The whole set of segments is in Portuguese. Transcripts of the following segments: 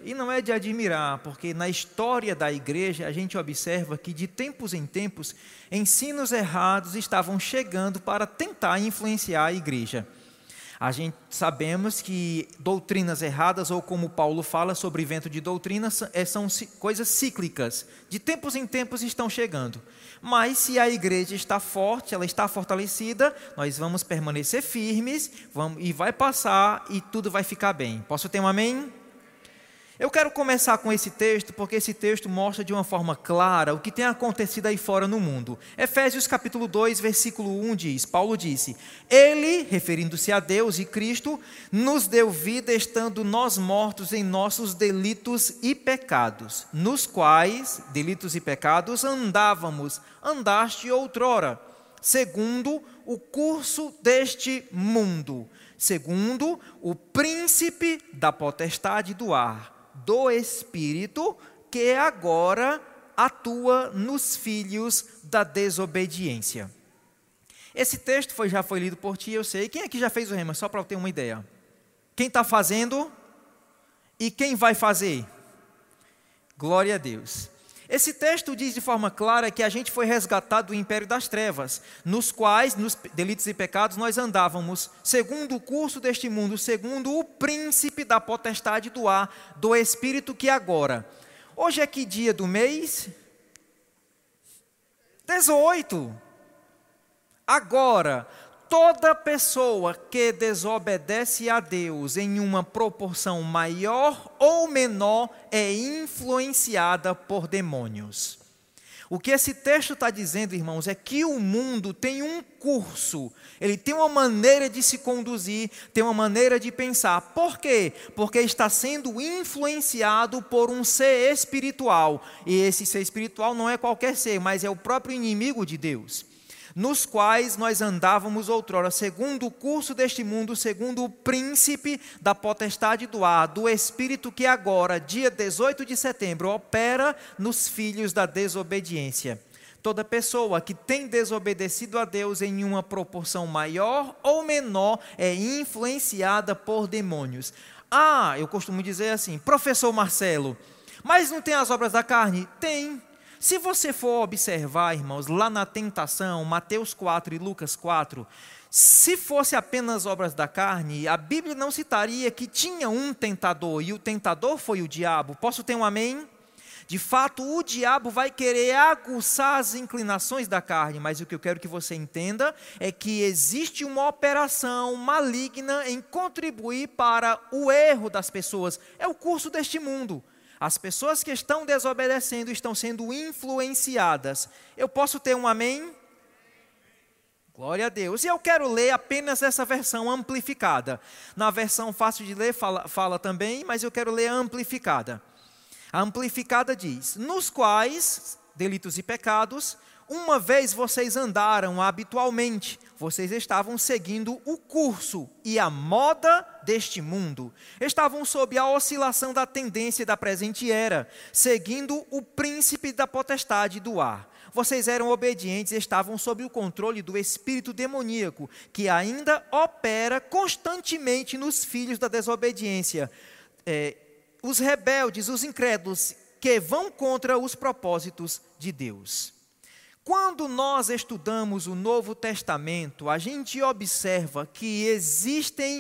e não é de admirar, porque na história da igreja a gente observa que de tempos em tempos ensinos errados estavam chegando para tentar influenciar a igreja. A gente sabemos que doutrinas erradas, ou como Paulo fala sobre vento de doutrina, são coisas cíclicas, de tempos em tempos estão chegando. Mas se a igreja está forte, ela está fortalecida, nós vamos permanecer firmes, e vai passar e tudo vai ficar bem. Posso ter um amém? Eu quero começar com esse texto, porque esse texto mostra de uma forma clara o que tem acontecido aí fora no mundo. Efésios capítulo 2, versículo 1 diz, Paulo disse: Ele, referindo-se a Deus e Cristo, nos deu vida estando nós mortos em nossos delitos e pecados, nos quais, delitos e pecados, andaste outrora, segundo o curso deste mundo, segundo o príncipe da potestade do ar, do Espírito, que agora atua nos filhos da desobediência. Esse texto já foi lido por ti, eu sei. Quem aqui já fez o rema? Só para eu ter uma ideia. Quem está fazendo? E quem vai fazer? Glória a Deus. Esse texto diz de forma clara que a gente foi resgatado do império das trevas, nos quais, nos delitos e pecados, nós andávamos segundo o curso deste mundo, segundo o príncipe da potestade do ar, do Espírito que agora. Hoje é que dia do mês? 18. Agora, toda pessoa que desobedece a Deus em uma proporção maior ou menor é influenciada por demônios. O que esse texto está dizendo, irmãos, é que o mundo tem um curso, ele tem uma maneira de se conduzir, tem uma maneira de pensar. Por quê? Porque está sendo influenciado por um ser espiritual. E esse ser espiritual não é qualquer ser, mas é o próprio inimigo de Deus, nos quais nós andávamos outrora, segundo o curso deste mundo, segundo o príncipe da potestade do ar, do Espírito que agora, dia 18 de setembro, opera nos filhos da desobediência. Toda pessoa que tem desobedecido a Deus em uma proporção maior ou menor é influenciada por demônios. Eu costumo dizer assim, professor Marcelo, mas não tem as obras da carne? Tem. Se você for observar, irmãos, lá na tentação, Mateus 4 e Lucas 4, se fosse apenas obras da carne, a Bíblia não citaria que tinha um tentador, e o tentador foi o diabo. Posso ter um amém? De fato, o diabo vai querer aguçar as inclinações da carne, mas o que eu quero que você entenda é que existe uma operação maligna em contribuir para o erro das pessoas. É o curso deste mundo. As pessoas que estão desobedecendo estão sendo influenciadas. Eu posso ter um amém? Glória a Deus. E eu quero ler apenas essa versão amplificada. Na versão fácil de ler fala também, mas eu quero ler a amplificada. A amplificada diz: nos quais, delitos e pecados, uma vez vocês andaram habitualmente, vocês estavam seguindo o curso e a moda deste mundo, estavam sob a oscilação da tendência da presente era, seguindo o príncipe da potestade do ar. Vocês eram obedientes e estavam sob o controle do espírito demoníaco, que ainda opera constantemente nos filhos da desobediência. Os rebeldes, os incrédulos, que vão contra os propósitos de Deus. Quando nós estudamos o Novo Testamento, a gente observa que existem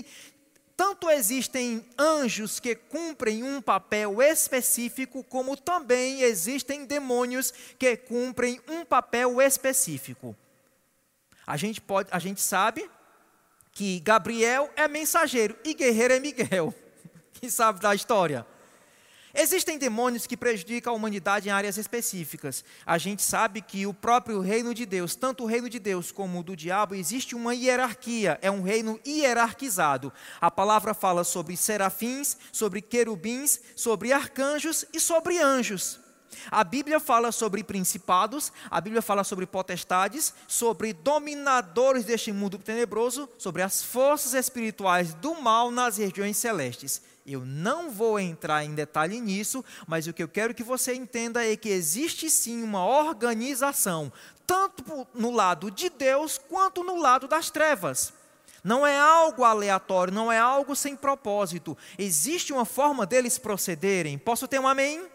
anjos que cumprem um papel específico, como também existem demônios que cumprem um papel específico. A gente sabe que Gabriel é mensageiro e guerreiro é Miguel. Quem sabe da história? Existem demônios que prejudicam a humanidade em áreas específicas. A gente sabe que o próprio reino de Deus, tanto o reino de Deus como o do diabo, existe uma hierarquia, é um reino hierarquizado. A palavra fala sobre serafins, sobre querubins, sobre arcanjos e sobre anjos. A Bíblia fala sobre principados, a Bíblia fala sobre potestades, sobre dominadores deste mundo tenebroso, sobre as forças espirituais do mal nas regiões celestes. Eu não vou entrar em detalhe nisso, mas o que eu quero que você entenda é que existe sim uma organização, tanto no lado de Deus quanto no lado das trevas. Não é algo aleatório, não é algo sem propósito. Existe uma forma deles procederem. Posso ter um amém?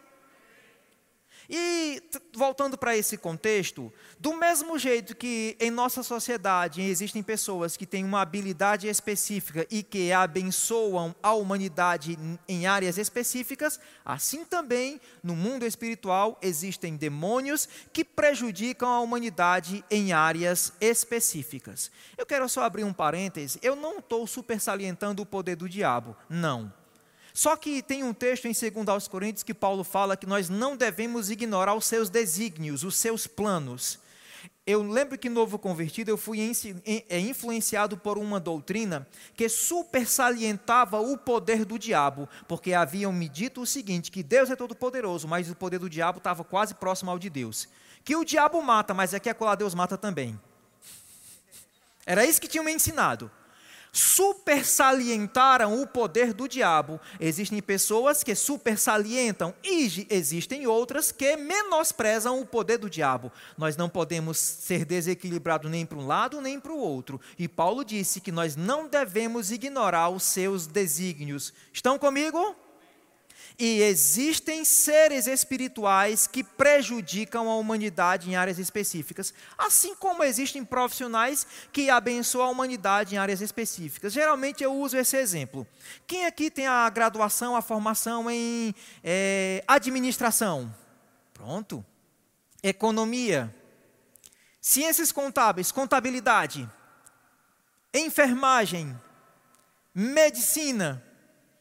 E, voltando para esse contexto, do mesmo jeito que em nossa sociedade existem pessoas que têm uma habilidade específica e que abençoam a humanidade em áreas específicas, assim também, no mundo espiritual, existem demônios que prejudicam a humanidade em áreas específicas. Eu quero só abrir um parêntese, eu não estou super salientando o poder do diabo, não. Só que tem um texto em 2 Coríntios que Paulo fala que nós não devemos ignorar os seus desígnios, os seus planos. Eu lembro que novo convertido eu fui influenciado por uma doutrina que super salientava o poder do diabo, porque haviam me dito o seguinte, que Deus é todo poderoso, mas o poder do diabo estava quase próximo ao de Deus. Que o diabo mata, mas é que acolá Deus mata também. Era isso que tinham me ensinado. Super salientaram o poder do diabo. Existem pessoas que super salientam e existem outras que menosprezam o poder do diabo. Nós não podemos ser desequilibrados nem para um lado nem para o outro. E Paulo disse que nós não devemos ignorar os seus desígnios. Estão comigo? E existem seres espirituais que prejudicam a humanidade em áreas específicas, assim como existem profissionais que abençoam a humanidade em áreas específicas. Geralmente eu uso esse exemplo. Quem aqui tem a graduação, a formação em administração? Pronto. Economia. Ciências contábeis, contabilidade. Enfermagem. Medicina.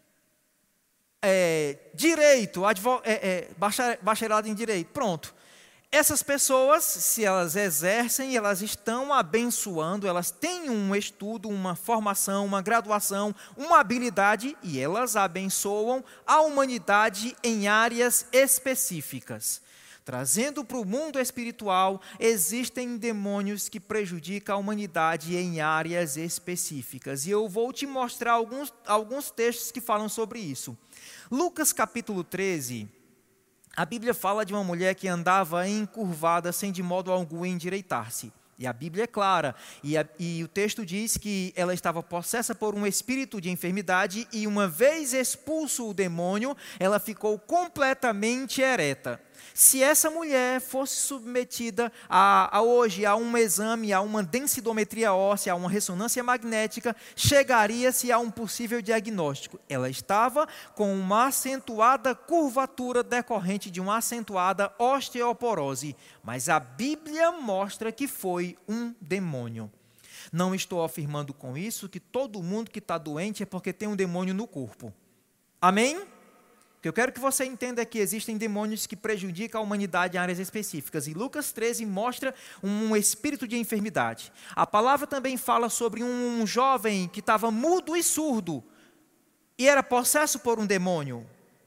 Direito, bacharelado em direito, pronto. Essas pessoas, se elas exercem, elas estão abençoando, elas têm um estudo, uma formação, uma graduação, uma habilidade, e elas abençoam a humanidade em áreas específicas. Trazendo para o mundo espiritual, existem demônios que prejudicam a humanidade em áreas específicas. E eu vou te mostrar alguns textos que falam sobre isso. Lucas capítulo 13, a Bíblia fala de uma mulher que andava encurvada sem de modo algum endireitar-se. E a Bíblia é clara, e o texto diz que ela estava possessa por um espírito de enfermidade e uma vez expulso o demônio, ela ficou completamente ereta. Se essa mulher fosse submetida hoje a um exame, a uma densidometria óssea, a uma ressonância magnética, chegaria-se a um possível diagnóstico. Ela estava com uma acentuada curvatura decorrente de uma acentuada osteoporose, mas a Bíblia mostra que foi um demônio. Não estou afirmando com isso que todo mundo que está doente é porque tem um demônio no corpo. Amém? O que eu quero que você entenda é que existem demônios que prejudicam a humanidade em áreas específicas. E Lucas 13 mostra um espírito de enfermidade. A palavra também fala sobre um jovem que estava mudo e surdo e era possesso por um demônio.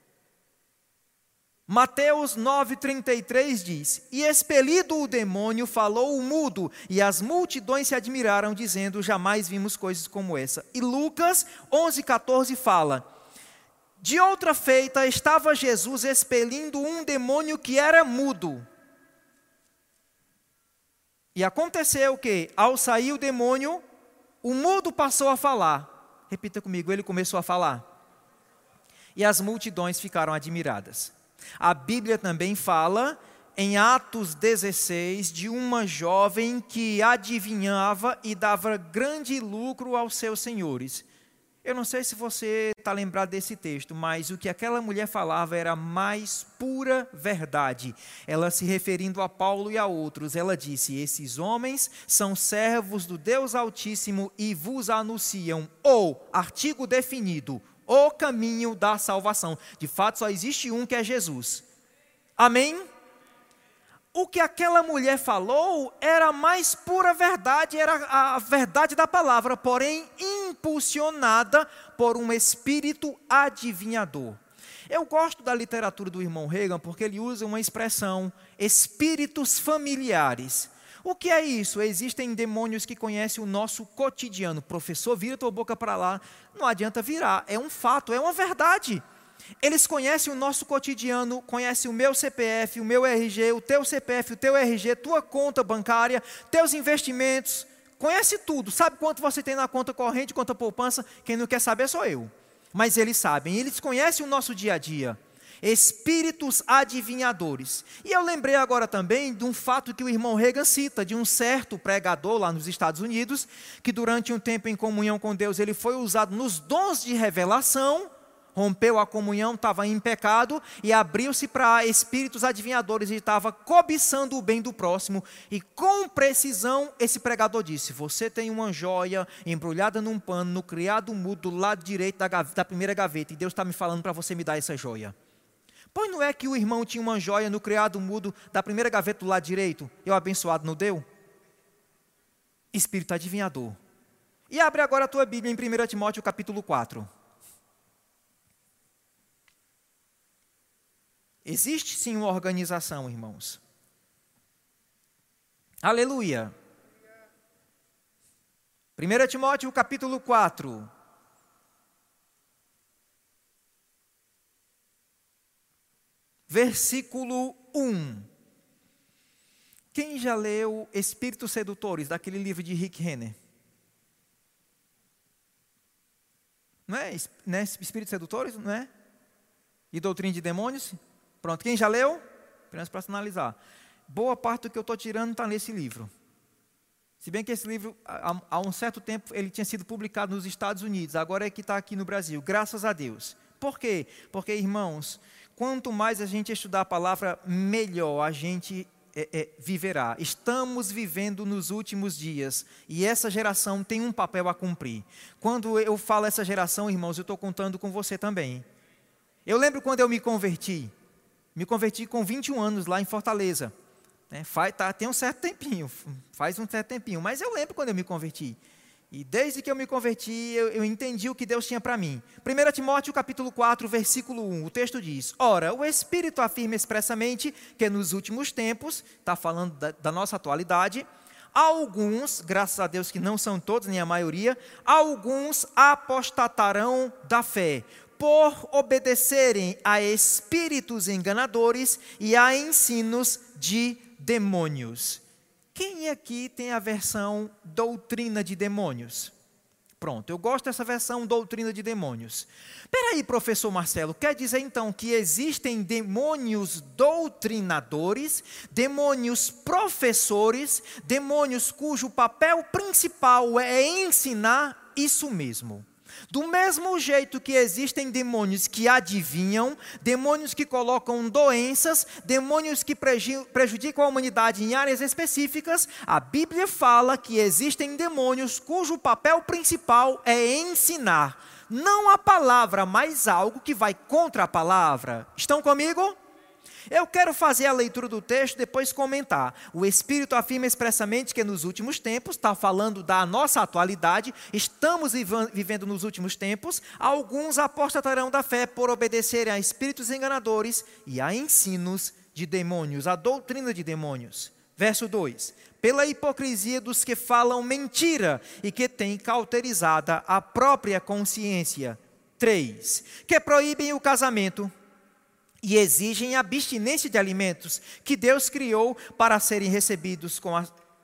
Mateus 9,33 diz: E expelido o demônio, falou o mudo, e as multidões se admiraram, dizendo: Jamais vimos coisas como essa. E Lucas 11,14 fala: De outra feita, estava Jesus expelindo um demônio que era mudo. E aconteceu que, ao sair o demônio, o mudo passou a falar. Repita comigo, ele começou a falar. E as multidões ficaram admiradas. A Bíblia também fala, em Atos 16, de uma jovem que adivinhava e dava grande lucro aos seus senhores. Eu não sei se você está lembrado desse texto, mas o que aquela mulher falava era a mais pura verdade. Ela se referindo a Paulo e a outros, ela disse: esses homens são servos do Deus Altíssimo e vos anunciam o artigo definido, o caminho da salvação. De fato, só existe um, que é Jesus. Amém? O que aquela mulher falou era a mais pura verdade, era a verdade da palavra, porém impulsionada por um espírito adivinhador. Eu gosto da literatura do irmão Reagan porque ele usa uma expressão, espíritos familiares. O que é isso? Existem demônios que conhecem o nosso cotidiano. Professor, vira tua boca para lá. Não adianta virar, é um fato, é uma verdade. Eles conhecem o nosso cotidiano, conhecem o meu CPF, o meu RG, o teu CPF, o teu RG, tua conta bancária, teus investimentos, conhece tudo, sabe quanto você tem na conta corrente, conta poupança, quem não quer saber sou eu. Mas eles sabem, eles conhecem o nosso dia a dia. Espíritos adivinhadores. E eu lembrei agora também de um fato que o irmão Reagan cita, de um certo pregador lá nos Estados Unidos, que durante um tempo em comunhão com Deus, ele foi usado nos dons de revelação, rompeu a comunhão, estava em pecado, e abriu-se para espíritos adivinhadores, e estava cobiçando o bem do próximo, e com precisão esse pregador disse, você tem uma joia embrulhada num pano, no criado mudo, do lado direito da primeira gaveta, e Deus está me falando para você me dar essa joia. Pois não é que o irmão tinha uma joia no criado mudo da primeira gaveta do lado direito, e o abençoado não deu? Espírito adivinhador. E abre agora a tua Bíblia em 1 Timóteo capítulo 4. Existe sim uma organização, irmãos. Aleluia. 1 Timóteo capítulo 4. Versículo 1. Quem já leu Espíritos Sedutores, daquele livro de Rick Renner? Não é? Espíritos Sedutores, não é? E Doutrina de Demônios? Pronto, quem já leu? Apenas para sinalizar. Boa parte do que eu estou tirando está nesse livro. Se bem que esse livro, há um certo tempo, ele tinha sido publicado nos Estados Unidos, agora é que está aqui no Brasil, graças a Deus. Por quê? Porque, irmãos, quanto mais a gente estudar a palavra, melhor a gente viverá. Estamos vivendo nos últimos dias e essa geração tem um papel a cumprir. Quando eu falo essa geração, irmãos, eu estou contando com você também. Eu lembro quando eu me converti com 21 anos lá em Fortaleza. Tem um certo tempinho, faz um certo tempinho, mas eu lembro quando eu me converti. E desde que eu me converti, eu entendi o que Deus tinha para mim. 1 Timóteo capítulo 4, versículo 1, o texto diz, ora, o Espírito afirma expressamente que nos últimos tempos, está falando da nossa atualidade, alguns, graças a Deus que não são todos, nem a maioria, alguns apostatarão da fé, por obedecerem a espíritos enganadores e a ensinos de demônios. Quem aqui tem a versão doutrina de demônios? Pronto, eu gosto dessa versão doutrina de demônios. Espera aí, professor Marcelo, quer dizer então que existem demônios doutrinadores, demônios professores, demônios cujo papel principal é ensinar? Isso mesmo. Do mesmo jeito que existem demônios que adivinham, demônios que colocam doenças, demônios que prejudicam a humanidade em áreas específicas, a Bíblia fala que existem demônios cujo papel principal é ensinar. Não a palavra, mas algo que vai contra a palavra. Estão comigo? Eu quero fazer a leitura do texto e depois comentar. O Espírito afirma expressamente que nos últimos tempos, está falando da nossa atualidade, estamos vivendo nos últimos tempos, alguns apostatarão da fé por obedecerem a espíritos enganadores e a ensinos de demônios, a doutrina de demônios. Verso 2. Pela hipocrisia dos que falam mentira e que têm cauterizada a própria consciência. 3. Que proíbem o casamento e exigem abstinência de alimentos que Deus criou para serem recebidos com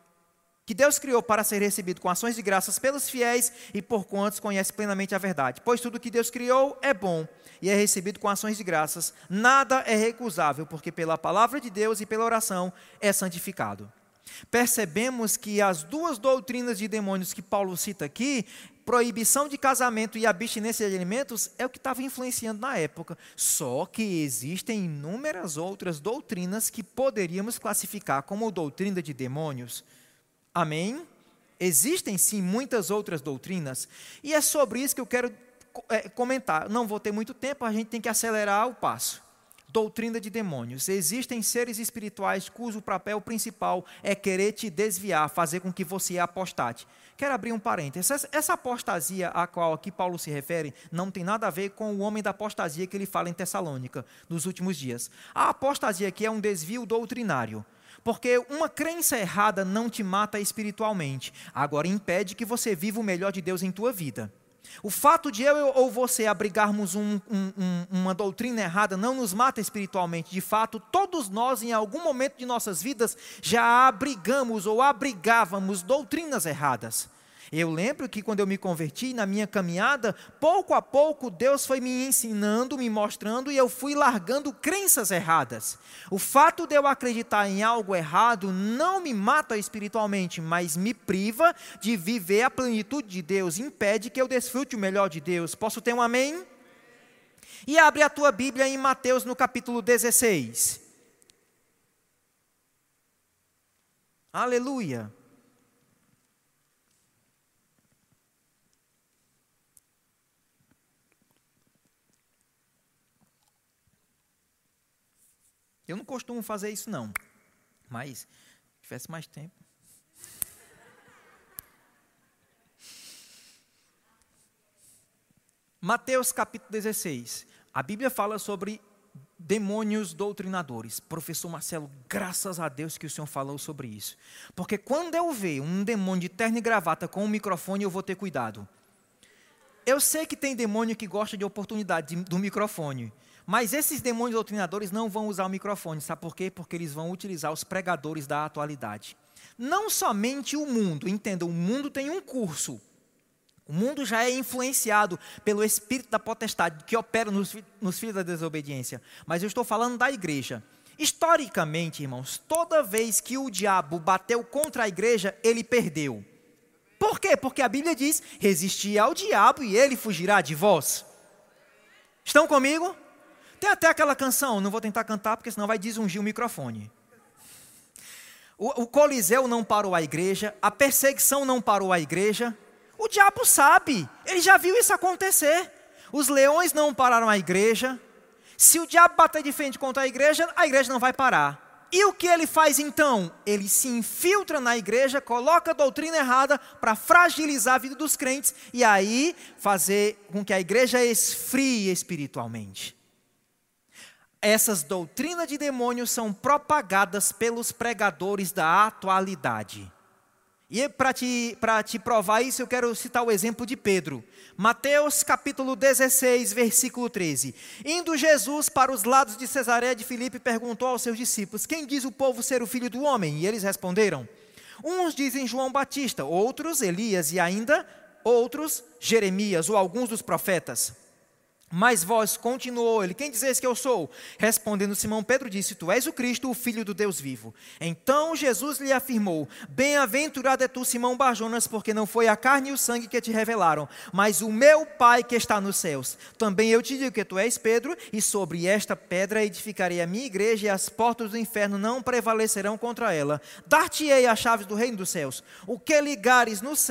ações de graças pelos fiéis e por quantos conhecem plenamente a verdade. Pois tudo que Deus criou é bom e é recebido com ações de graças. Nada é recusável, porque pela palavra de Deus e pela oração é santificado. Percebemos que as duas doutrinas de demônios que Paulo cita aqui, proibição de casamento e abstinência de alimentos, é o que estava influenciando na época. Só que existem inúmeras outras doutrinas que poderíamos classificar como doutrina de demônios. Amém? Existem sim muitas outras doutrinas. E é sobre isso que eu quero comentar. Não vou ter muito tempo, a gente tem que acelerar o passo. Doutrina de demônios. Existem seres espirituais cujo papel principal é querer te desviar, fazer com que você apostate. Quero abrir um parênteses. Essa apostasia a qual aqui Paulo se refere não tem nada a ver com o homem da apostasia que ele fala em Tessalônica nos últimos dias. A apostasia aqui é um desvio doutrinário. Porque uma crença errada não te mata espiritualmente. Agora impede que você viva o melhor de Deus em tua vida. O fato de eu ou você abrigarmos uma doutrina errada não nos mata espiritualmente. De fato, todos nós, em algum momento de nossas vidas, já abrigamos ou abrigávamos doutrinas erradas. Eu lembro que quando eu me converti, na minha caminhada, pouco a pouco Deus foi me ensinando, me mostrando, e eu fui largando crenças erradas. O fato de eu acreditar em algo errado não me mata espiritualmente, mas me priva de viver a plenitude de Deus, impede que eu desfrute o melhor de Deus. Posso ter um amém? E abre a tua Bíblia em Mateus no capítulo 16. Aleluia! Eu não costumo fazer isso não, mas se tivesse mais tempo. Mateus capítulo 16. A Bíblia fala sobre demônios doutrinadores. Professor Marcelo, graças a Deus que o Senhor falou sobre isso. Porque quando eu ver um demônio de terno e gravata com um microfone, eu vou ter cuidado. Eu sei que tem demônio que gosta de oportunidade do microfone. Mas esses demônios doutrinadores não vão usar o microfone, sabe por quê? Porque eles vão utilizar os pregadores da atualidade. Não somente o mundo, entenda, o mundo tem um curso. O mundo já é influenciado pelo espírito da potestade que opera nos filhos da desobediência. Mas eu estou falando da igreja. Historicamente, irmãos, toda vez que o diabo bateu contra a igreja, ele perdeu. Por quê? Porque a Bíblia diz, resisti ao diabo e ele fugirá de vós. Estão comigo? Tem até aquela canção, não vou tentar cantar porque senão vai desungir o microfone. O Coliseu não parou a igreja, a perseguição não parou a igreja. O diabo sabe, ele já viu isso acontecer. Os leões não pararam a igreja. Se o diabo bater de frente contra a igreja não vai parar. E o que ele faz então? Ele se infiltra na igreja, coloca a doutrina errada para fragilizar a vida dos crentes e aí fazer com que a igreja esfrie espiritualmente. Essas doutrinas de demônios são propagadas pelos pregadores da atualidade. E para te provar isso, eu quero citar o exemplo de Pedro. Mateus capítulo 16, versículo 13. Indo Jesus para os lados de Cesareia de Filipe, perguntou aos seus discípulos, quem diz o povo ser o filho do homem? E eles responderam, uns dizem João Batista, outros Elias e ainda outros Jeremias ou alguns dos profetas. Mas vós, continuou ele, quem dizes que eu sou? Respondendo Simão Pedro disse, tu és o Cristo, o Filho do Deus vivo. Então Jesus lhe afirmou, bem-aventurado é tu Simão Barjonas, porque não foi a carne e o sangue que te revelaram, mas o meu Pai que está nos céus. Também eu te digo que tu és Pedro, e sobre esta pedra edificarei a minha igreja, e as portas do inferno não prevalecerão contra ela. Dar-te-ei as chaves do reino dos céus. O que ligares no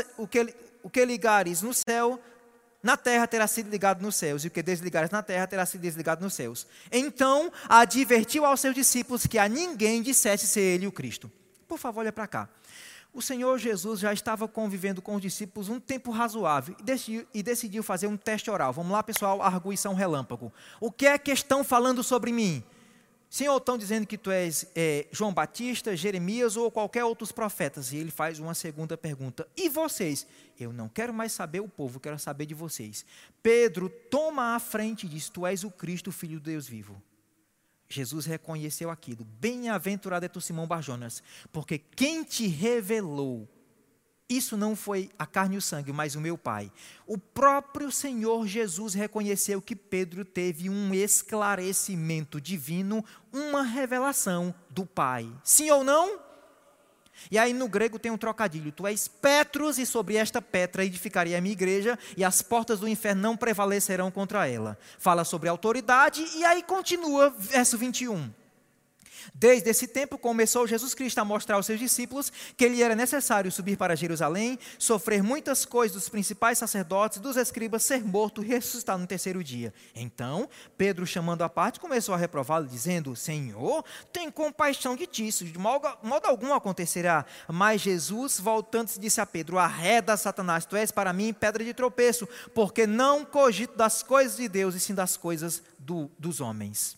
céu, na terra terá sido ligado nos céus, e o que desligares na terra terá sido desligado nos céus. Então advertiu aos seus discípulos que a ninguém dissesse ser ele o Cristo. Por favor, olha para cá. O Senhor Jesus já estava convivendo com os discípulos um tempo razoável e decidiu fazer um teste oral. Vamos lá, pessoal, arguição relâmpago. O que é que estão falando sobre mim? Senhor, estão dizendo que tu és João Batista, Jeremias ou qualquer outros profetas. E ele faz uma segunda pergunta. E vocês? Eu não quero mais saber o povo, quero saber de vocês. Pedro toma a frente e diz, tu és o Cristo, o Filho de Deus vivo. Jesus reconheceu aquilo. Bem-aventurado é tu, Simão Barjonas, porque quem te revelou, isso não foi a carne e o sangue, mas o meu Pai. O próprio Senhor Jesus reconheceu que Pedro teve um esclarecimento divino, uma revelação do Pai. Sim ou não? E aí no grego tem um trocadilho. Tu és Petros, e sobre esta pedra edificarei a minha igreja, e as portas do inferno não prevalecerão contra ela. Fala sobre autoridade, e aí continua, verso 21. Desde esse tempo começou Jesus Cristo a mostrar aos seus discípulos que lhe era necessário subir para Jerusalém, sofrer muitas coisas dos principais sacerdotes, dos escribas, ser morto e ressuscitar no terceiro dia. Então, Pedro, chamando à parte, começou a reprová-lo, dizendo, Senhor, tem compaixão de ti, isso de modo algum acontecerá. Mas Jesus, voltando-se, disse a Pedro, arreda, Satanás, tu és para mim pedra de tropeço, porque não cogito das coisas de Deus, e sim das coisas dos homens.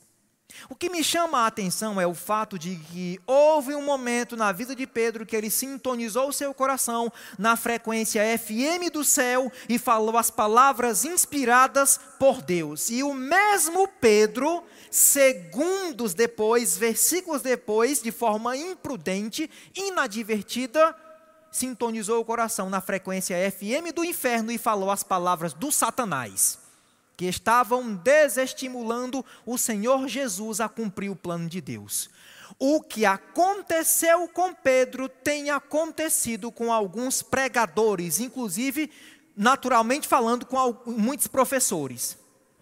O que me chama a atenção é o fato de que houve um momento na vida de Pedro que ele sintonizou seu coração na frequência FM do céu e falou as palavras inspiradas por Deus. E o mesmo Pedro, segundos depois, versículos depois, de forma imprudente, inadvertida, sintonizou o coração na frequência FM do inferno e falou as palavras do Satanás, que estavam desestimulando o Senhor Jesus a cumprir o plano de Deus. O que aconteceu com Pedro tem acontecido com alguns pregadores, inclusive, naturalmente falando, com muitos professores.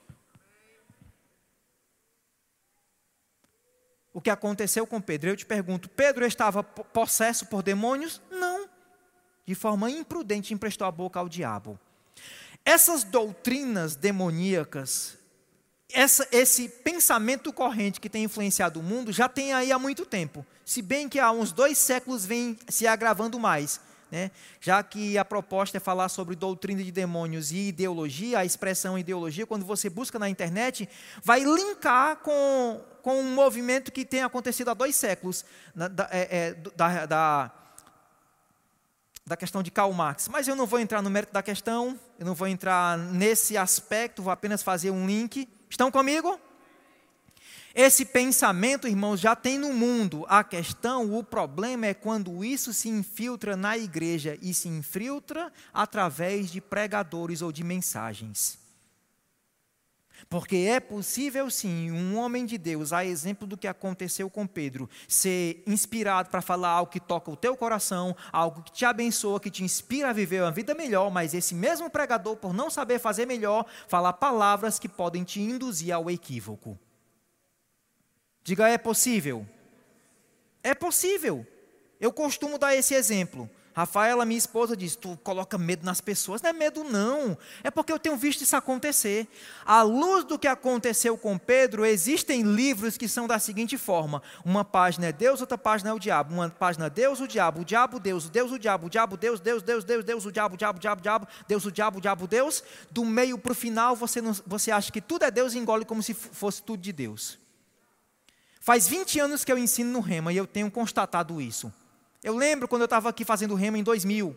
O que aconteceu com Pedro? Eu te pergunto, Pedro estava possesso por demônios? Não. De forma imprudente, emprestou a boca ao diabo. Essas doutrinas demoníacas, esse pensamento corrente que tem influenciado o mundo, já tem aí há muito tempo. Se bem que há uns 2 séculos vem se agravando mais, né? Já que a proposta é falar sobre doutrina de demônios e ideologia, a expressão ideologia, quando você busca na internet, vai linkar com um movimento que tem acontecido há 2 séculos, da questão de Karl Marx. Mas eu não vou entrar no mérito da questão, eu não vou entrar nesse aspecto, vou apenas fazer um link. Estão comigo? Esse pensamento, irmãos, já tem no mundo. A questão, o problema é quando isso se infiltra na igreja e se infiltra através de pregadores ou de mensagens. Porque é possível sim, um homem de Deus, a exemplo do que aconteceu com Pedro, ser inspirado para falar algo que toca o teu coração, algo que te abençoa, que te inspira a viver uma vida melhor, mas esse mesmo pregador, por não saber fazer melhor, falar palavras que podem te induzir ao equívoco. Diga, é possível? É possível. Eu costumo dar esse exemplo. Rafaela, minha esposa, diz, tu coloca medo nas pessoas. Não é medo não, é porque eu tenho visto isso acontecer. À luz do que aconteceu com Pedro, existem livros que são da seguinte forma: uma página é Deus, outra página é o diabo. Uma página é Deus, o diabo, Deus, o diabo, o diabo, Deus, Deus, o diabo, Deus, o diabo, Deus. Do meio para o final, você acha que tudo é Deus e engole como se fosse tudo de Deus. Faz 20 anos que eu ensino no Rema e eu tenho constatado isso. Eu lembro quando eu estava aqui fazendo Rema em 2000.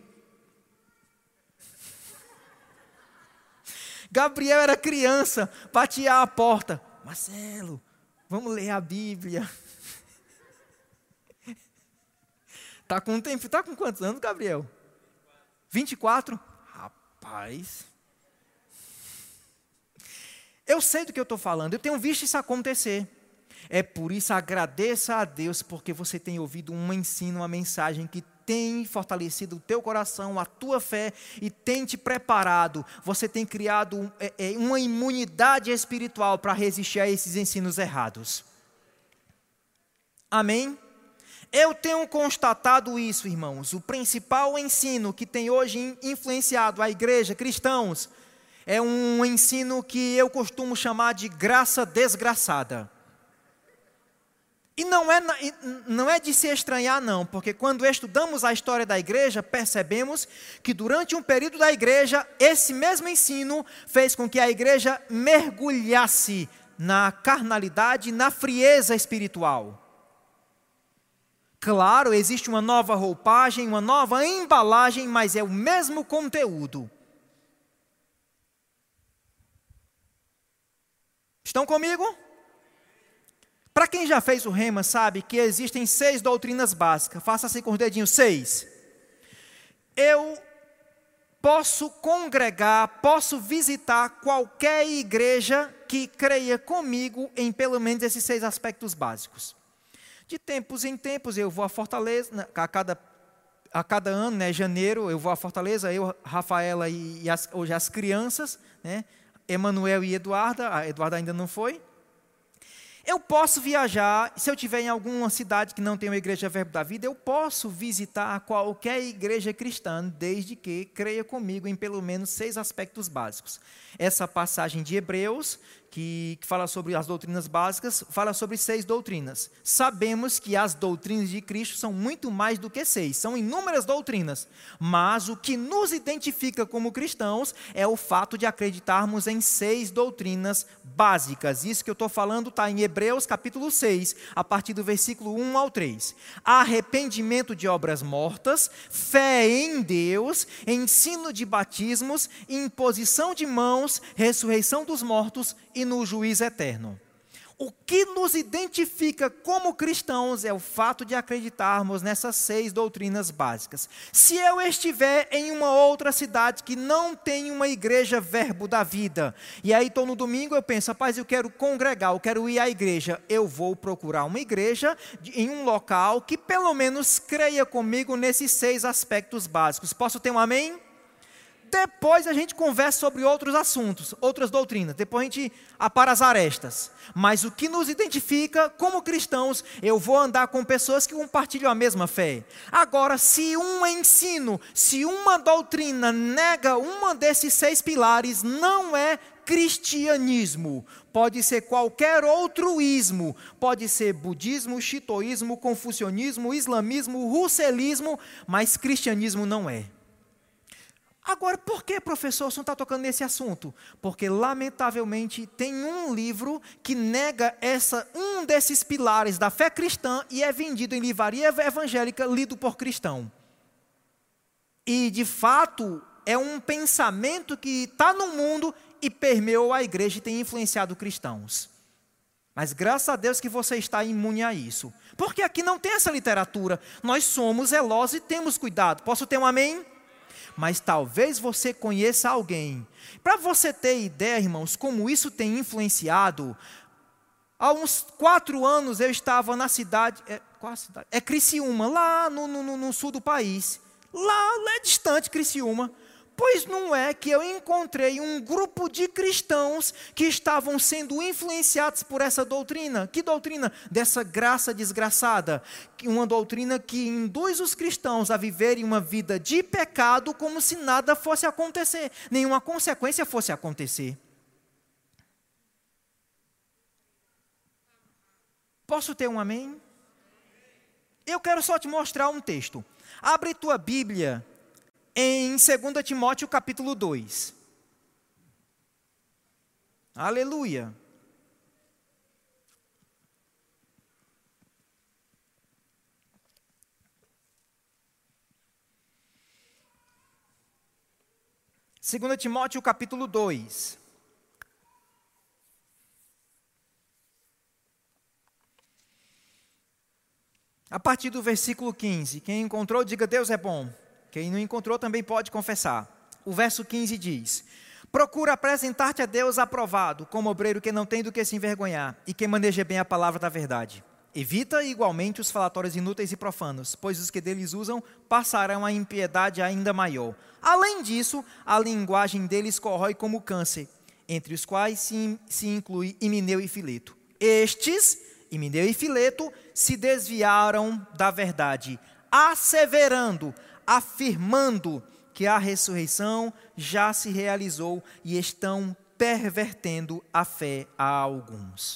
Gabriel era criança, batia a porta. Marcelo, vamos ler a Bíblia. Está com tempo? Está com quantos anos, Gabriel? 24? Rapaz. Eu sei do que eu estou falando, eu tenho visto isso acontecer. É por isso, agradeça a Deus, porque você tem ouvido um ensino, uma mensagem que tem fortalecido o teu coração, a tua fé e tem te preparado. Você tem criado uma imunidade espiritual para resistir a esses ensinos errados. Amém? Eu tenho constatado isso, irmãos. O principal ensino que tem hoje influenciado a igreja, cristãos, é um ensino que eu costumo chamar de graça desgraçada. E não é de se estranhar não, porque quando estudamos a história da igreja, percebemos que durante um período da igreja, esse mesmo ensino fez com que a igreja mergulhasse na carnalidade, na frieza espiritual. Claro, existe uma nova roupagem, uma nova embalagem, mas é o mesmo conteúdo. Estão comigo? Para quem já fez o Rema, sabe que existem 6 doutrinas básicas. Faça assim com os dedinhos, 6. Eu posso congregar, posso visitar qualquer igreja que creia comigo em pelo menos esses 6 aspectos básicos. De tempos em tempos eu vou a Fortaleza, a cada ano, né, janeiro, eu vou a Fortaleza, eu, Rafaela e hoje as crianças, né, Emanuel e Eduarda, a Eduarda ainda não foi. Eu posso viajar, se eu estiver em alguma cidade que não tem uma igreja Verbo da Vida, eu posso visitar qualquer igreja cristã, desde que creia comigo em pelo menos 6 aspectos básicos. Essa passagem de Hebreus, que fala sobre as doutrinas básicas, fala sobre 6 doutrinas. Sabemos que as doutrinas de Cristo são muito mais do que 6, são inúmeras doutrinas. Mas o que nos identifica como cristãos é o fato de acreditarmos em 6 doutrinas básicas. Isso que eu estou falando está em Hebreus capítulo 6, a partir do versículo 1 ao 3. Arrependimento de obras mortas, fé em Deus, ensino de batismos, imposição de mãos, ressurreição dos mortos e no juízo eterno. O que nos identifica como cristãos é o fato de acreditarmos nessas 6 doutrinas básicas. Se eu estiver em uma outra cidade que não tem uma igreja Verbo da Vida, e aí estou no domingo, eu penso, rapaz, eu quero congregar, eu quero ir à igreja, eu vou procurar uma igreja em um local que pelo menos creia comigo nesses 6 aspectos básicos. Posso ter um amém? Depois a gente conversa sobre outros assuntos, outras doutrinas. Depois a gente apara as arestas. Mas o que nos identifica como cristãos, eu vou andar com pessoas que compartilham a mesma fé. Agora, se um ensino, se uma doutrina nega uma desses 6 pilares, não é cristianismo. Pode ser qualquer outro ismo. Pode ser budismo, shintoísmo, confucionismo, islamismo, russelismo, mas cristianismo não é. Agora, por que, professor, você não está tocando nesse assunto? Porque, lamentavelmente, tem um livro que nega um desses pilares da fé cristã e é vendido em livraria evangélica, lido por cristão. E, de fato, é um pensamento que está no mundo e permeou a igreja e tem influenciado cristãos. Mas, graças a Deus que você está imune a isso. Porque aqui não tem essa literatura. Nós somos zelosos e temos cuidado. Posso ter um amém? Mas talvez você conheça alguém. Para você ter ideia, irmãos, como isso tem influenciado, há uns 4 anos eu estava na cidade, qual a cidade? É Criciúma, lá no sul do país. Lá é distante Criciúma. Pois não é que eu encontrei um grupo de cristãos que estavam sendo influenciados por essa doutrina. Que doutrina? Dessa graça desgraçada. Uma doutrina que induz os cristãos a viverem uma vida de pecado como se nada fosse acontecer, nenhuma consequência fosse acontecer. Posso ter um amém? Eu quero só te mostrar um texto. Abre tua Bíblia em 2 Timóteo capítulo 2. Aleluia. Segunda Timóteo capítulo 2. A partir do versículo 15. Quem encontrou, diga: Deus é bom. Quem não encontrou também pode confessar. O verso 15 diz: procura apresentar-te a Deus aprovado, como obreiro que não tem do que se envergonhar, e que maneja bem a palavra da verdade. Evita igualmente os falatórios inúteis e profanos, pois os que deles usam passarão a impiedade ainda maior. Além disso, a linguagem deles corrói como câncer, entre os quais se inclui Himeneu e Fileto. Estes, Himeneu e Fileto, se desviaram da verdade, asseverando, afirmando que a ressurreição já se realizou e estão pervertendo a fé a alguns.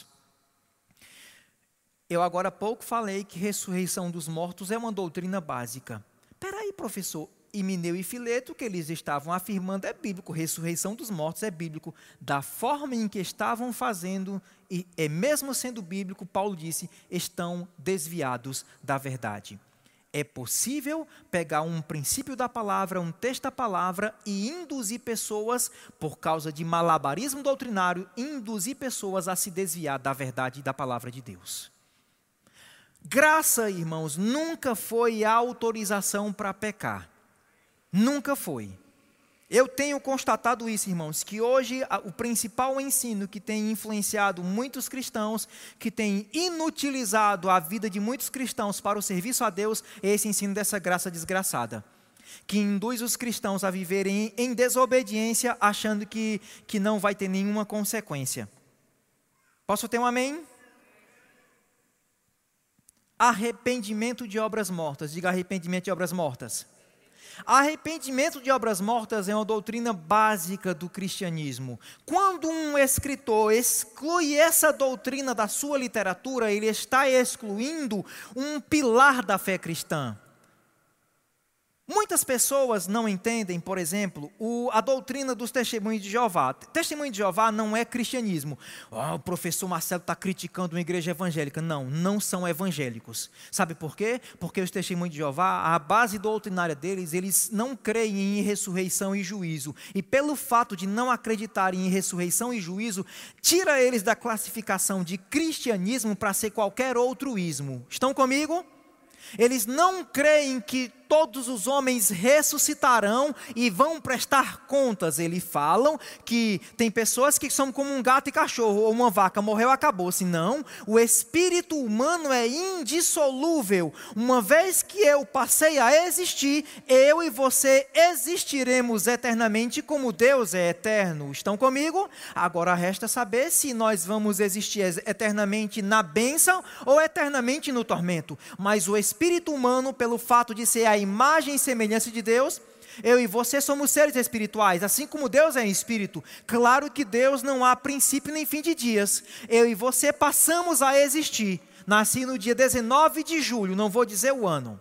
Eu agora há pouco falei que ressurreição dos mortos é uma doutrina básica. Espera aí, professor, Himeneu e Fileto, que eles estavam afirmando é bíblico, ressurreição dos mortos é bíblico. Da forma em que estavam fazendo, e mesmo sendo bíblico, Paulo disse, estão desviados da verdade. É possível pegar um princípio da palavra, um texto da palavra e induzir pessoas, por causa de malabarismo doutrinário, induzir pessoas a se desviar da verdade e da palavra de Deus. Graça, irmãos, nunca foi autorização para pecar. Nunca foi. Eu tenho constatado isso, irmãos, que hoje o principal ensino que tem influenciado muitos cristãos, que tem inutilizado a vida de muitos cristãos para o serviço a Deus, é esse ensino dessa graça desgraçada, que induz os cristãos a viverem em desobediência, achando que não vai ter nenhuma consequência. Posso ter um amém? Arrependimento de obras mortas. Diga arrependimento de obras mortas. Arrependimento de obras mortas é uma doutrina básica do cristianismo. Quando um escritor exclui essa doutrina da sua literatura, ele está excluindo um pilar da fé cristã. Muitas pessoas não entendem, por exemplo, a doutrina dos testemunhos de Jeová. Testemunho de Jeová não é cristianismo. O professor Marcelo está criticando uma igreja evangélica. Não são evangélicos. Sabe por quê? Porque os testemunhos de Jeová, a base doutrinária deles, eles não creem em ressurreição e juízo. E pelo fato de não acreditarem em ressurreição e juízo, tira eles da classificação de cristianismo para ser qualquer outro ismo. Estão comigo? Eles não creem que todos os homens ressuscitarão e vão prestar contas. Eles falam que tem pessoas que são como um gato e cachorro, ou uma vaca, morreu, acabou-se. Não, o espírito humano é indissolúvel. Uma vez que eu passei a existir, eu e você existiremos eternamente como Deus é eterno. Estão comigo? Agora resta saber se nós vamos existir eternamente na bênção ou eternamente no tormento. Mas o espírito humano, pelo fato de ser a imagem e semelhança de Deus, eu e você somos seres espirituais, assim como Deus é espírito. Claro que Deus não há princípio nem fim de dias. Eu e você passamos a existir. Nasci no dia 19 de julho, não vou dizer o ano.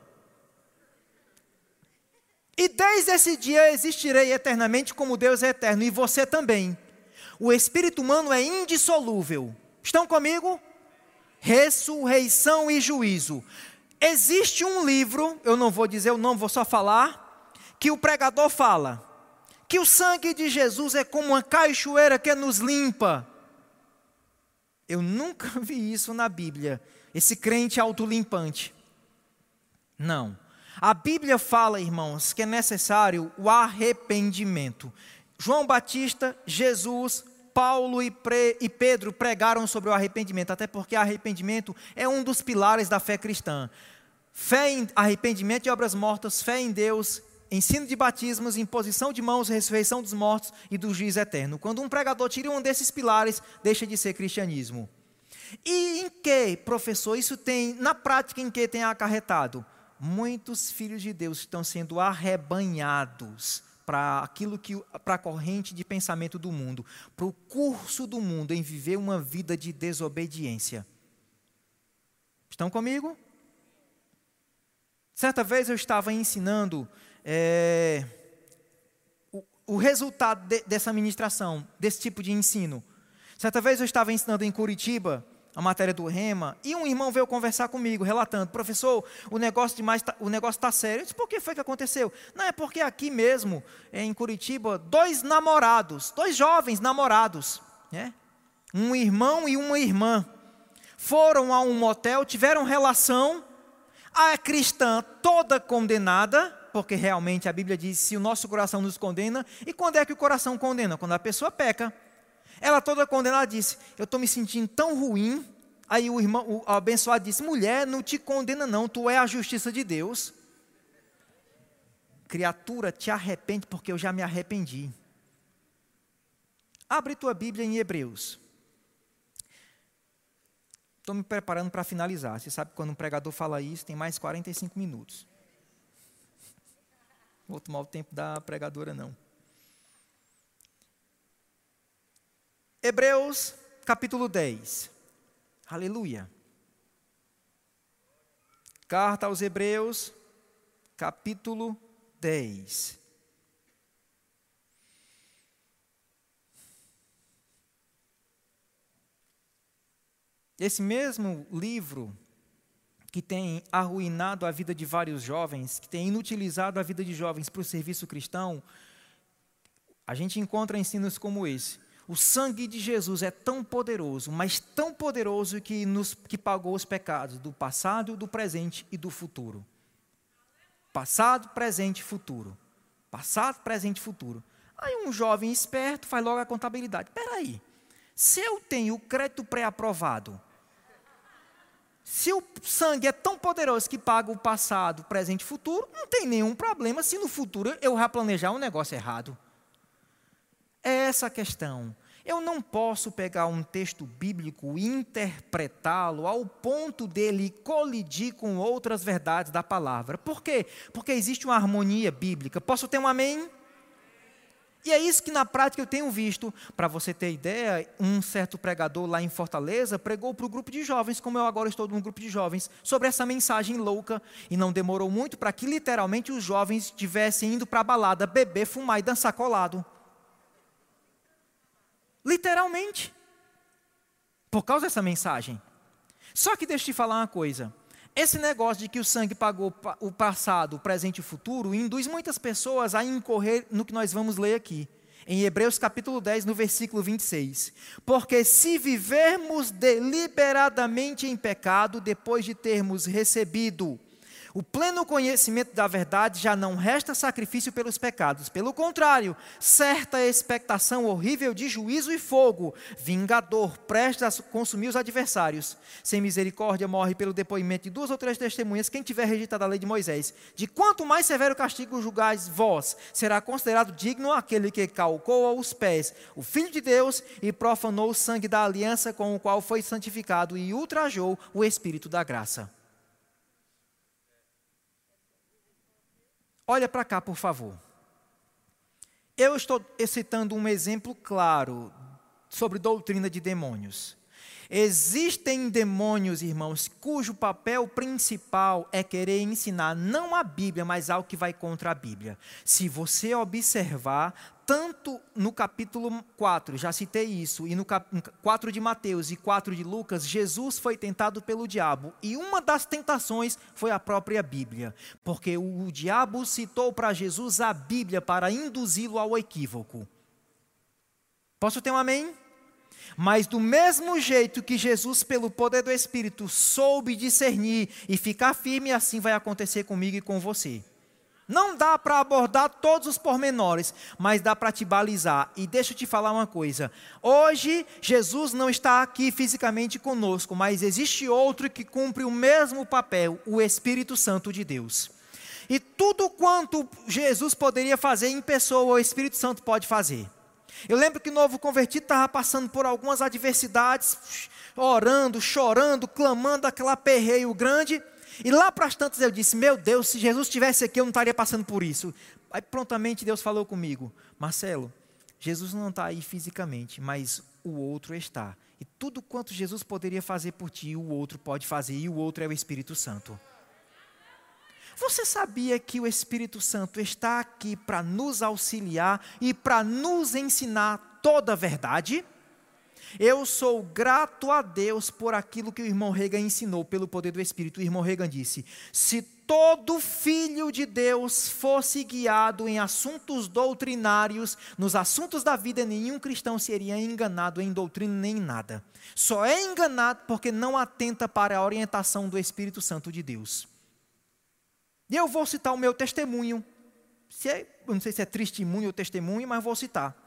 E desde esse dia existirei eternamente como Deus é eterno, e você também. O espírito humano é indissolúvel. Estão comigo? Ressurreição e juízo. Existe um livro, eu não vou dizer o nome, vou só falar, que o pregador fala, que o sangue de Jesus é como uma cachoeira que nos limpa. Eu nunca vi isso na Bíblia, esse crente autolimpante. Não. A Bíblia fala, irmãos, que é necessário o arrependimento. João Batista, Jesus, Paulo e Pedro pregaram sobre o arrependimento, até porque arrependimento é um dos pilares da fé cristã. Fé em arrependimento e obras mortas, fé em Deus, ensino de batismos, imposição de mãos, ressurreição dos mortos e do juízo eterno. Quando um pregador tira um desses pilares, deixa de ser cristianismo. E em que, professor, isso tem, na prática, em que tem acarretado? Muitos filhos de Deus estão sendo arrebanhados para a corrente de pensamento do mundo, para o curso do mundo em viver uma vida de desobediência. Estão comigo? Certa vez eu estava ensinando o resultado dessa ministração, desse tipo de ensino. Certa vez eu estava ensinando em Curitiba a matéria do Rema, e um irmão veio conversar comigo, relatando: professor, o negócio está sério. Eu disse: por que foi que aconteceu? Não, é porque aqui mesmo, em Curitiba, dois jovens namorados, né? Um irmão e uma irmã, foram a um motel, tiveram relação, a cristã toda condenada, porque realmente a Bíblia diz: se o nosso coração nos condena. E quando é que o coração condena? Quando a pessoa peca. Ela toda condenada disse: eu estou me sentindo tão ruim. Aí o abençoado disse: mulher, não te condena não, tu é a justiça de Deus. Criatura, te arrepende, porque eu já me arrependi. Abre tua Bíblia em Hebreus. Estou me preparando para finalizar. Você sabe que quando um pregador fala isso, tem mais 45 minutos. Não vou tomar o tempo da pregadora, não. Hebreus, capítulo 10. Aleluia. Carta aos Hebreus, capítulo 10. Esse mesmo livro que tem arruinado a vida de vários jovens, que tem inutilizado a vida de jovens para o serviço cristão, a gente encontra ensinos como esse. O sangue de Jesus é tão poderoso, mas tão poderoso que pagou os pecados do passado, do presente e do futuro. Passado, presente e futuro. Passado, presente e futuro. Aí um jovem esperto faz logo a contabilidade. Espera aí, se eu tenho o crédito pré-aprovado, se o sangue é tão poderoso que paga o passado, presente e futuro, não tem nenhum problema se no futuro eu já planejar um negócio errado. É essa a questão. Eu não posso pegar um texto bíblico e interpretá-lo ao ponto dele colidir com outras verdades da palavra. Por quê? Porque existe uma harmonia bíblica. Posso ter um amém? E é isso que na prática eu tenho visto. Para você ter ideia, um certo pregador lá em Fortaleza pregou para o grupo de jovens, como eu agora estou num grupo de jovens, sobre essa mensagem louca. E não demorou muito para que literalmente os jovens estivessem indo para a balada, beber, fumar e dançar colado. Literalmente. Por causa dessa mensagem. Só que deixa eu te falar uma coisa. Esse negócio de que o sangue pagou o passado, o presente e o futuro, induz muitas pessoas a incorrer no que nós vamos ler aqui. Em Hebreus capítulo 10, no versículo 26. Porque se vivermos deliberadamente em pecado, depois de termos recebido o pleno conhecimento da verdade, já não resta sacrifício pelos pecados. Pelo contrário, certa expectação horrível de juízo e fogo, vingador, prestes a consumir os adversários. Sem misericórdia morre pelo depoimento de 2 ou 3 testemunhas quem tiver rejeitado a lei de Moisés. De quanto mais severo castigo julgais vós, será considerado digno aquele que calcou aos pés o Filho de Deus e profanou o sangue da aliança com o qual foi santificado e ultrajou o Espírito da graça. Olha para cá, por favor. Eu estou citando um exemplo claro sobre doutrina de demônios. Existem demônios, irmãos, cujo papel principal é querer ensinar não a Bíblia, mas algo que vai contra a Bíblia. Se você observar, tanto no capítulo 4, já citei isso, e no 4 de Mateus e 4 de Lucas, Jesus foi tentado pelo diabo. E uma das tentações foi a própria Bíblia. Porque o diabo citou para Jesus a Bíblia para induzi-lo ao equívoco. Posso ter um amém? Mas do mesmo jeito que Jesus, pelo poder do Espírito, soube discernir e ficar firme, assim vai acontecer comigo e com você. Não dá para abordar todos os pormenores, mas dá para te balizar. E deixa eu te falar uma coisa. Hoje, Jesus não está aqui fisicamente conosco, mas existe outro que cumpre o mesmo papel, o Espírito Santo de Deus. E tudo quanto Jesus poderia fazer em pessoa, o Espírito Santo pode fazer. Eu lembro que o novo convertido estava passando por algumas adversidades, orando, chorando, clamando, aquele aperreio grande. E lá para as tantas eu disse, meu Deus, se Jesus estivesse aqui eu não estaria passando por isso. Aí prontamente Deus falou comigo, Marcelo, Jesus não está aí fisicamente, mas o outro está. E tudo quanto Jesus poderia fazer por ti, o outro pode fazer, e o outro é o Espírito Santo. Você sabia que o Espírito Santo está aqui para nos auxiliar e para nos ensinar toda a verdade? Eu sou grato a Deus por aquilo que o irmão Reagan ensinou pelo poder do Espírito. O irmão Reagan disse, se todo filho de Deus fosse guiado em assuntos doutrinários, nos assuntos da vida, nenhum cristão seria enganado em doutrina nem em nada. Só é enganado porque não atenta para a orientação do Espírito Santo de Deus. E eu vou citar o meu testemunho. Eu não sei se é testemunho ou testemunho, mas vou citar.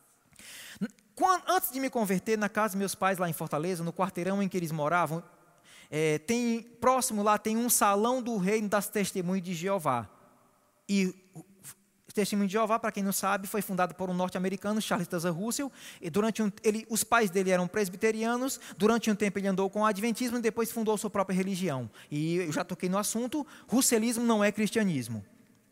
Antes de me converter, na casa dos meus pais lá em Fortaleza, no quarteirão em que eles moravam, próximo lá tem um salão do reino das testemunhas de Jeová. E o Testemunho de Jeová, para quem não sabe, foi fundado por um norte-americano, Charles Taze Russell. E os pais dele eram presbiterianos. Durante um tempo ele andou com o adventismo e depois fundou sua própria religião. E eu já toquei no assunto, russelismo não é cristianismo.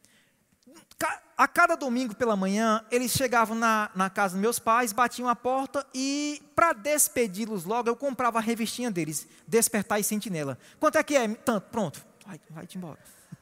A cada domingo pela manhã, eles chegavam na casa dos meus pais, batiam a porta e, para despedi-los logo, eu comprava a revistinha deles, Despertar e Sentinela. Quanto é que é? Tanto, pronto, vai-te embora.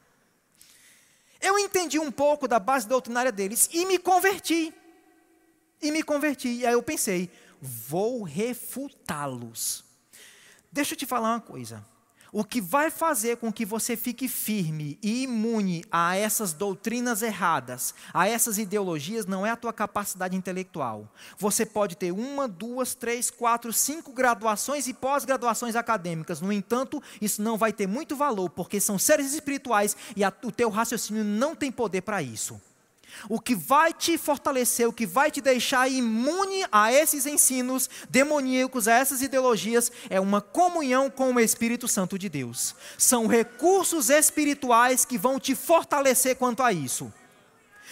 Eu entendi um pouco da base doutrinária deles e me converti. E aí eu pensei, vou refutá-los. Deixa eu te falar uma coisa. O que vai fazer com que você fique firme e imune a essas doutrinas erradas, a essas ideologias, não é a tua capacidade intelectual. Você pode ter 1, 2, 3, 4, 5 graduações e pós-graduações acadêmicas. No entanto, isso não vai ter muito valor, porque são seres espirituais e o teu raciocínio não tem poder para isso. O que vai te fortalecer, o que vai te deixar imune a esses ensinos demoníacos, a essas ideologias, é uma comunhão com o Espírito Santo de Deus. São recursos espirituais que vão te fortalecer quanto a isso.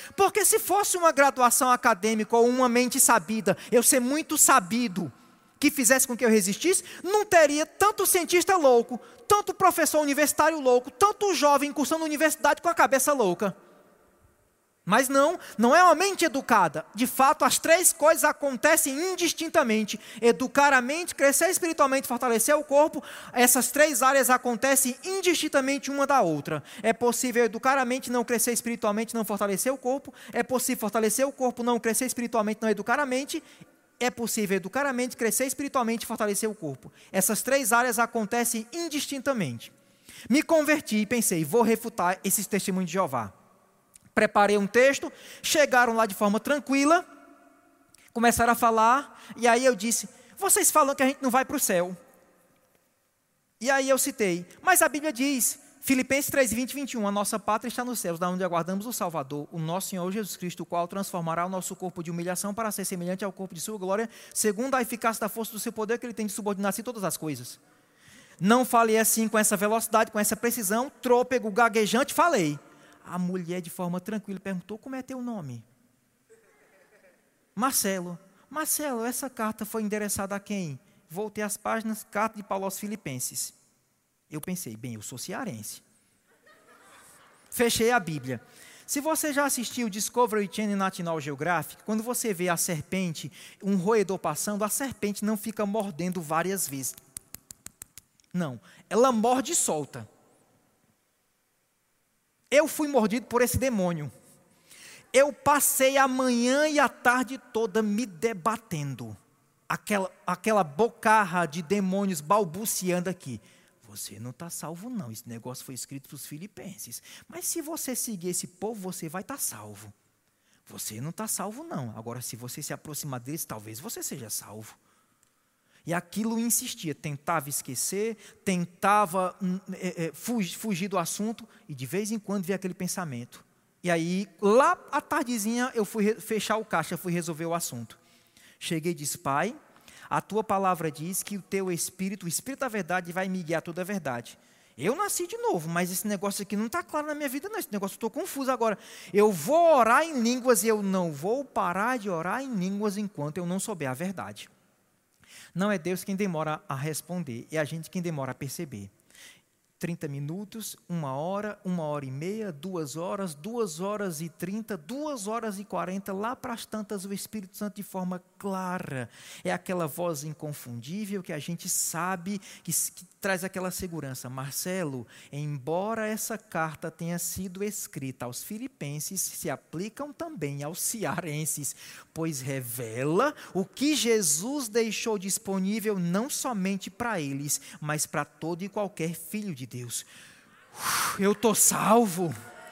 Porque se fosse uma graduação acadêmica ou uma mente sabida, eu ser muito sabido, que fizesse com que eu resistisse, não teria tanto cientista louco, tanto professor universitário louco, tanto jovem cursando universidade com a cabeça louca. Mas não é uma mente educada. De fato, as três coisas acontecem indistintamente. Educar a mente, crescer espiritualmente, fortalecer o corpo. Essas três áreas acontecem indistintamente uma da outra. É possível educar a mente, não crescer espiritualmente, não fortalecer o corpo. É possível fortalecer o corpo, não crescer espiritualmente, não educar a mente. É possível educar a mente, crescer espiritualmente e fortalecer o corpo. Essas três áreas acontecem indistintamente. Me converti e pensei, vou refutar esses testemunhos de Jeová. Preparei um texto, chegaram lá de forma tranquila, começaram a falar, e aí eu disse, vocês falam que a gente não vai para o céu. E aí eu citei, mas a Bíblia diz, Filipenses 3, 20 e 21, a nossa pátria está nos céus, da onde aguardamos o Salvador, o nosso Senhor Jesus Cristo, o qual transformará o nosso corpo de humilhação para ser semelhante ao corpo de sua glória, segundo a eficácia da força do seu poder que ele tem de subordinar-se em todas as coisas. Não falei assim com essa velocidade, com essa precisão, trôpego, gaguejante, falei. A mulher, de forma tranquila, perguntou, como é teu nome? Marcelo. Marcelo, essa carta foi endereçada a quem? Voltei às páginas, carta de Paulo aos Filipenses. Eu pensei, bem, eu sou cearense. Fechei a Bíblia. Se você já assistiu Discovery Channel National Geographic, quando você vê a serpente, um roedor passando, a serpente não fica mordendo várias vezes. Não, ela morde e solta. Eu fui mordido por esse demônio. Eu passei a manhã e a tarde toda me debatendo. Aquela bocarra de demônios balbuciando aqui. Você não está salvo não, esse negócio foi escrito para os filipenses. Mas se você seguir esse povo, você vai estar salvo. Você não está salvo não. Agora, se você se aproximar deles, talvez você seja salvo. E aquilo insistia, tentava esquecer, tentava fugir do assunto, e de vez em quando via aquele pensamento. E aí, lá à tardezinha, eu fui fechar o caixa, fui resolver o assunto. Cheguei e disse, Pai, a tua palavra diz que o teu Espírito, o Espírito da verdade, vai me guiar toda a verdade. Eu nasci de novo, mas esse negócio aqui não está claro na minha vida não, esse negócio eu estou confuso agora. Eu vou orar em línguas e eu não vou parar de orar em línguas enquanto eu não souber a verdade. Não é Deus quem demora a responder, é a gente quem demora a perceber. 30 minutos, 1 hora, 1 hora e meia, 2 horas, 2 horas e 30, 2 horas e 40, lá para as tantas o Espírito Santo de forma clara. É aquela voz inconfundível que a gente sabe, que traz aquela segurança. Marcelo, embora essa carta tenha sido escrita aos filipenses, se aplicam também aos cearenses, pois revela o que Jesus deixou disponível não somente para eles, mas para todo e qualquer filho de Deus. Eu estou salvo.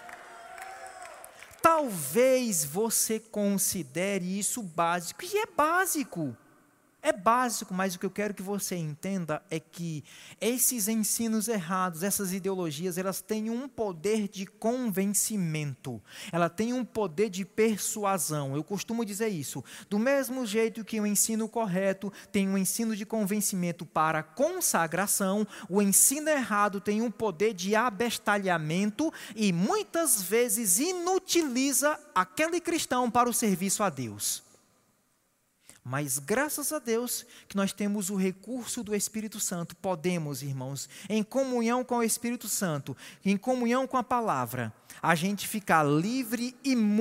Talvez você considere isso básico, e é básico. É básico, mas o que eu quero que você entenda é que esses ensinos errados, essas ideologias, elas têm um poder de convencimento. Ela tem um poder de persuasão. Eu costumo dizer isso. Do mesmo jeito que o ensino correto tem um ensino de convencimento para consagração, o ensino errado tem um poder de abestalhamento e muitas vezes inutiliza aquele cristão para o serviço a Deus. Mas graças a Deus que nós temos o recurso do Espírito Santo, podemos, irmãos, em comunhão com o Espírito Santo, em comunhão com a palavra, a gente ficar livre,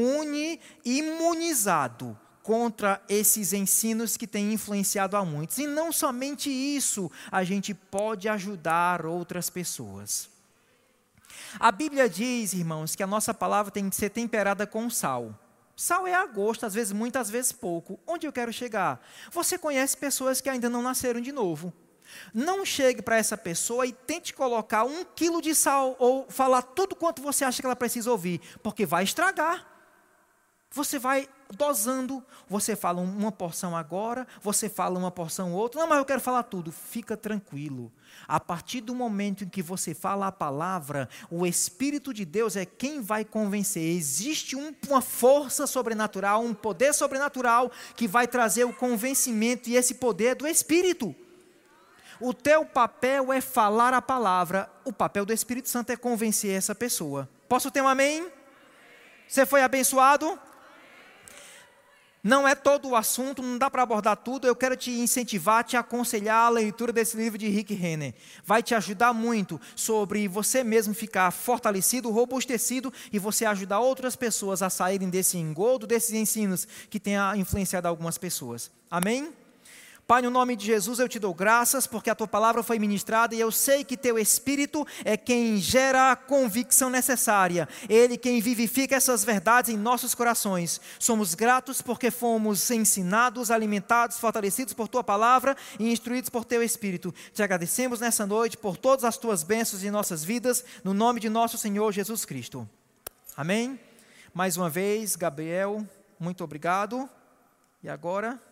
imunizado contra esses ensinos que têm influenciado a muitos. E não somente isso, a gente pode ajudar outras pessoas. A Bíblia diz, irmãos, que a nossa palavra tem que ser temperada com sal. Sal é a gosto, às vezes muito, às vezes pouco. Onde eu quero chegar? Você conhece pessoas que ainda não nasceram de novo. Não chegue para essa pessoa e tente colocar 1 quilo de sal ou falar tudo quanto você acha que ela precisa ouvir, porque vai estragar. Você vai dosando, você fala uma porção agora, você fala uma porção outra. Não, mas eu quero falar tudo. Fica tranquilo. A partir do momento em que você fala a palavra, o Espírito de Deus é quem vai convencer. Existe uma força sobrenatural, um poder sobrenatural que vai trazer o convencimento, e esse poder é do Espírito. O teu papel é falar a palavra, o papel do Espírito Santo é convencer essa pessoa. Posso ter um amém? Você foi abençoado? Não é todo o assunto, não dá para abordar tudo. Eu quero te incentivar, te aconselhar a leitura desse livro de Rick Renner. Vai te ajudar muito sobre você mesmo ficar fortalecido, robustecido e você ajudar outras pessoas a saírem desse engodo, desses ensinos que têm influenciado algumas pessoas. Amém? Pai, no nome de Jesus eu te dou graças porque a tua palavra foi ministrada e eu sei que teu Espírito é quem gera a convicção necessária. Ele quem vivifica essas verdades em nossos corações. Somos gratos porque fomos ensinados, alimentados, fortalecidos por tua palavra e instruídos por teu Espírito. Te agradecemos nessa noite por todas as tuas bênçãos em nossas vidas, no nome de nosso Senhor Jesus Cristo. Amém? Mais uma vez, Gabriel, muito obrigado. E agora...